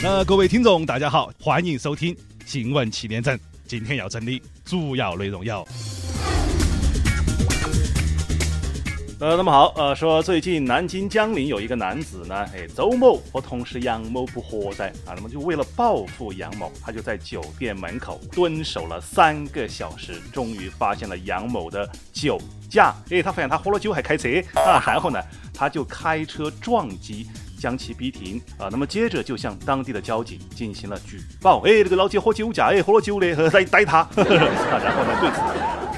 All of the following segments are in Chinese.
各位听众大家好，欢迎收听新闻7点整。今天要整理主要内容有那么好，说最近南京江陵有一个男子呢，周某和同事杨某不和噻啊，那么就为了报复杨某，他就在酒店门口蹲守了3个小时，终于发现了杨某的酒驾。他发现他喝了酒还开车啊，然后呢，他就开车撞击，将其逼停啊，那么接着就向当地的交警进行了举报。这个老姐喝酒驾，喝了酒的，逮他。然后呢，对此。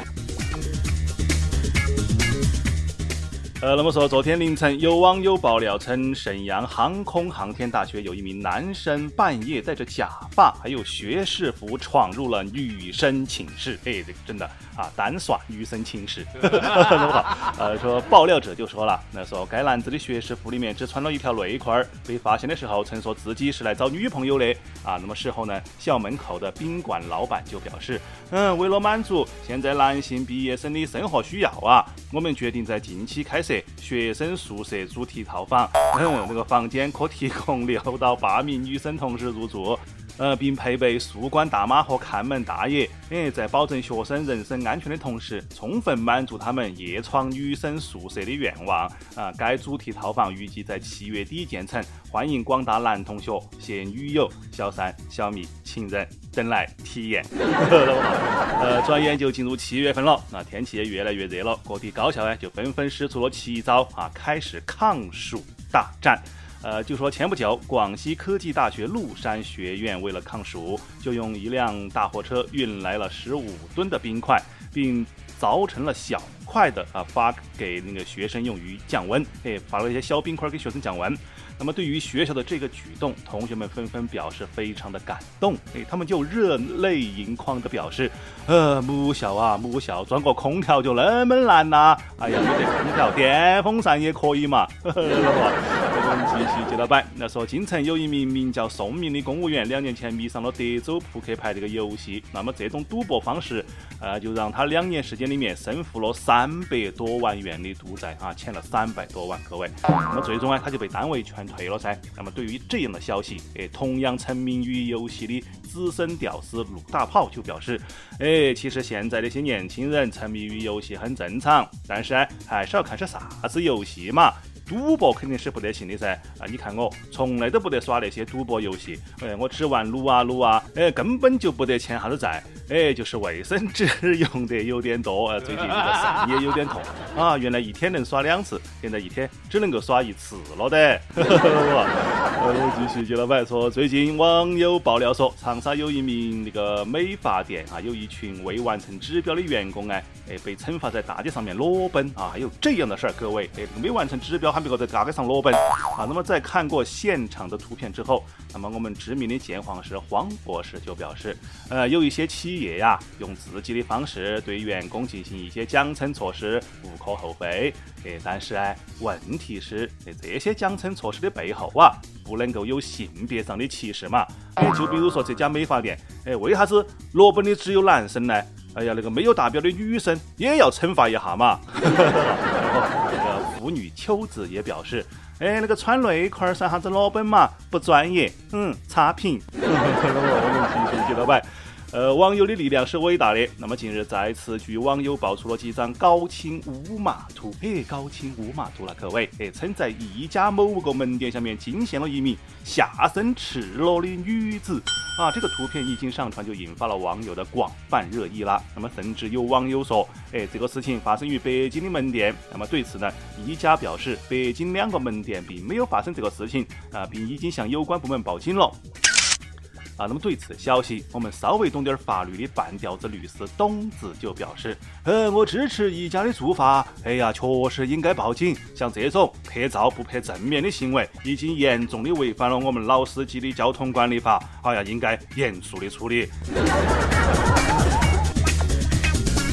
那么说，昨天凌晨有网友爆料称，沈阳航空航天大学有一名男生半夜带着假发还有学士服闯入了女生寝室。这个真的啊，单耍女生寝室。那么好，说爆料者就说了，那说该男子的学士服里面只穿了一条内裤，被发现的时候曾说自己是来找女朋友的啊。那么事后呢，校门口的宾馆老板就表示，为了满足现在男性毕业生的生活需要啊，我们决定在近期开设学生宿舍主题套房，那个房间可提供6到8名女生同时入住，并配备宿管大妈和看门大爷，在保证学生人身安全的同时，充分满足他们夜闯女生宿舍的愿望啊。该主题套房预计在7月底建成，欢迎广大男同学携女友、小三、小蜜、情人等来体验。转眼就进入7月份了，那天气也越来越热了，各地高校就纷纷使出了奇招啊，开始抗暑大战。就说前不久，广西科技大学麓山学院为了抗暑，就用一辆大货车运来了15吨的冰块，并凿成了小块的发给那个学生用于降温，发了一些小冰块给学生降温。那么对于学校的这个举动，同学们纷纷表示非常的感动，他们就热泪盈眶的表示，母校装个空调就那么难呐，哎呀，没得空调，电风扇也可以嘛。继续接着摆，那说京城有一名名叫宋明的公务员，2年前迷上了德州扑克牌这个游戏，那么这种赌博方式，就让他2年时间里面身负了300多万元的赌债啊，欠了300多万，各位。那么最终他就被单位劝退了噻。那么对于这样的消息，同样沉迷于游戏的资深屌丝鲁大炮就表示，其实现在那些年轻人沉迷于游戏很正常，但是还是要看是啥子游戏嘛。赌博肯定是不得行的噻啊！你看我从来都不得耍那些赌博游戏，我只玩撸啊，根本就不得欠啥子债，就是卫生纸用的有点多，最近这个肾也有点痛啊！原来一天能耍2次，现在一天只能够耍1次了的。我继续接着摆，说最近网友爆料说，长沙有一名那个美发店啊，有一群未完成指标的员工被惩罚在大街上面裸奔啊！还有这样的事儿，各位，没完成指标还没有在大街上裸奔啊！那么在看过现场的图片之后，那么我们知名的鉴黄师黄博士就表示，有一些企业用自己的方式对员工进行一些奖惩措施，无可厚非。但是问题是这些奖惩措施的背后不能够有性别上的歧视嘛？就比如说这家美发店，为啥子裸奔的只有男生呢？哎呀，那个没有达标的女生也要惩罚一下嘛。然后那个妇女秋子也表示，那个穿内裤算啥子裸奔嘛，不专业，差评。我们继续接着摆。网友的力量是伟大的。那么近日再次据网友爆出了几张高清无码图，高清无码图了，各位，称在一家某个门店下面惊现了一名下身赤裸的女子啊！这个图片一经上传，就引发了网友的广泛热议啦。那么甚至有网友说，这个事情发生于北京的门店。那么对此呢，一家表示，北京2个门店并没有发生这个事情并已经向有关部门报警了。那么对此消息，我们稍微懂点法律的半吊子律师董子就表示，我支持一家的做法，确实应该报警，像这种拍照不拍正面的行为，已经严重的违反了我们老司机的交通管理法，应该严肃的处理。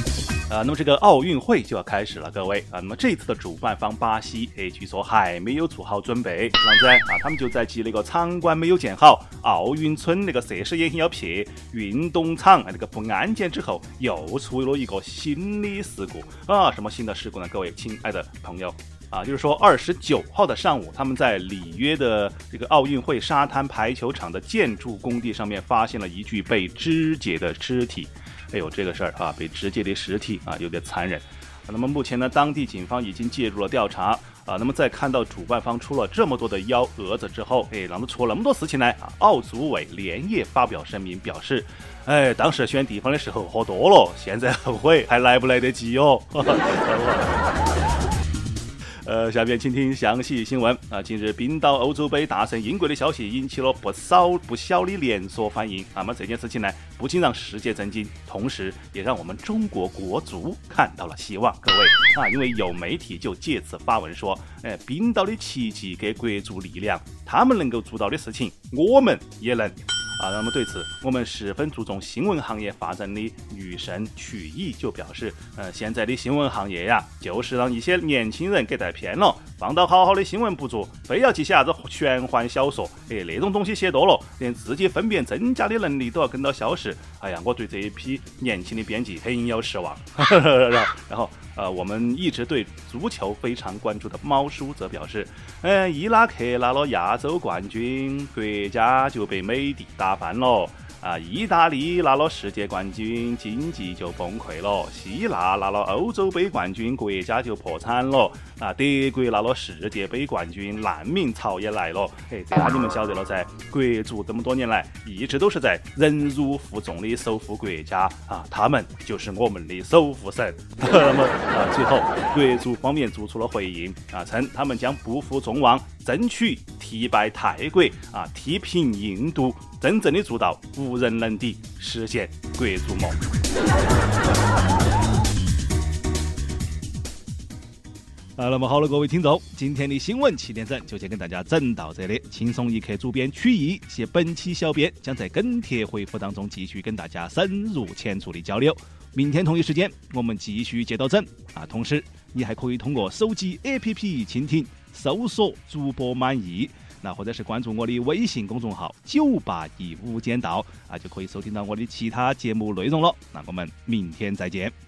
那么这个奥运会就要开始了，各位啊。那么这次的主办方巴西，据说还没有做好准备，啷子啊？他们就在其那个场馆没有建好，奥运村那个设施也要撇，运动场那个不安检之后，又出了一个新的事故啊！什么新的事故呢？各位亲爱的朋友啊，就是说29号的上午，他们在里约的这个奥运会沙滩排球场的建筑工地上面发现了一具被肢解的尸体。哎呦，这个事儿啊，被肢解的尸体啊，有点残忍。那么目前呢，当地警方已经介入了调查啊。那么在看到主办方出了这么多的幺蛾子之后，那么出了那么多事情呢啊，奥组委连夜发表声明表示，当时选地方的时候喝多了，现在后悔还来不来得及哦。下面请听详细新闻啊。近日，冰岛欧洲杯大胜英国的消息引起了不小的连锁反应。那么这件事情呢，不仅让世界震惊，同时也让我们中国国足看到了希望。各位啊，因为有媒体就借此发文说，冰岛的奇迹给国足力量，他们能够做到的事情，我们也能。那么对此，我们十分注重新闻行业发展的女神曲艺就表示，现在的新闻行业呀，就是让一些年轻人给带偏了，放到好好的新闻不做，非要去写啥子玄幻小说，那种东西写多了，连自己分辨真假的能力都要跟到消失。哎呀，我对这一批年轻的编辑很有失望。然后我们一直对足球非常关注的猫叔则表示，伊拉克拿了亚洲冠军，国家就被美帝打翻了。意大利拿了世界冠军，经济就崩溃了；希腊拿了欧洲杯冠军，国家就破产了；德国拿了世界杯冠军，难民潮也来了。这下你们晓得了噻，国足这么多年来一直都是在忍辱负重的守护国家啊，他们就是我们的守护神。那么最后国足方面做出了回应称他们将不负众望，争取踢败泰国踢平印度，真正的做到无人能敌，实现国足梦。 那么好了，各位听众，今天的新闻7点整就先跟大家整到这里。轻松一刻主编曲艺携本期小编将在跟帖回复当中继续跟大家深入浅出的交流。明天同一时间我们继续接到整同时你还可以通过手机 APP 蜻蜓搜索主播满意，或者是关注我的微信公众号981无间道就可以收听到我的其他节目内容了。那我们明天再见。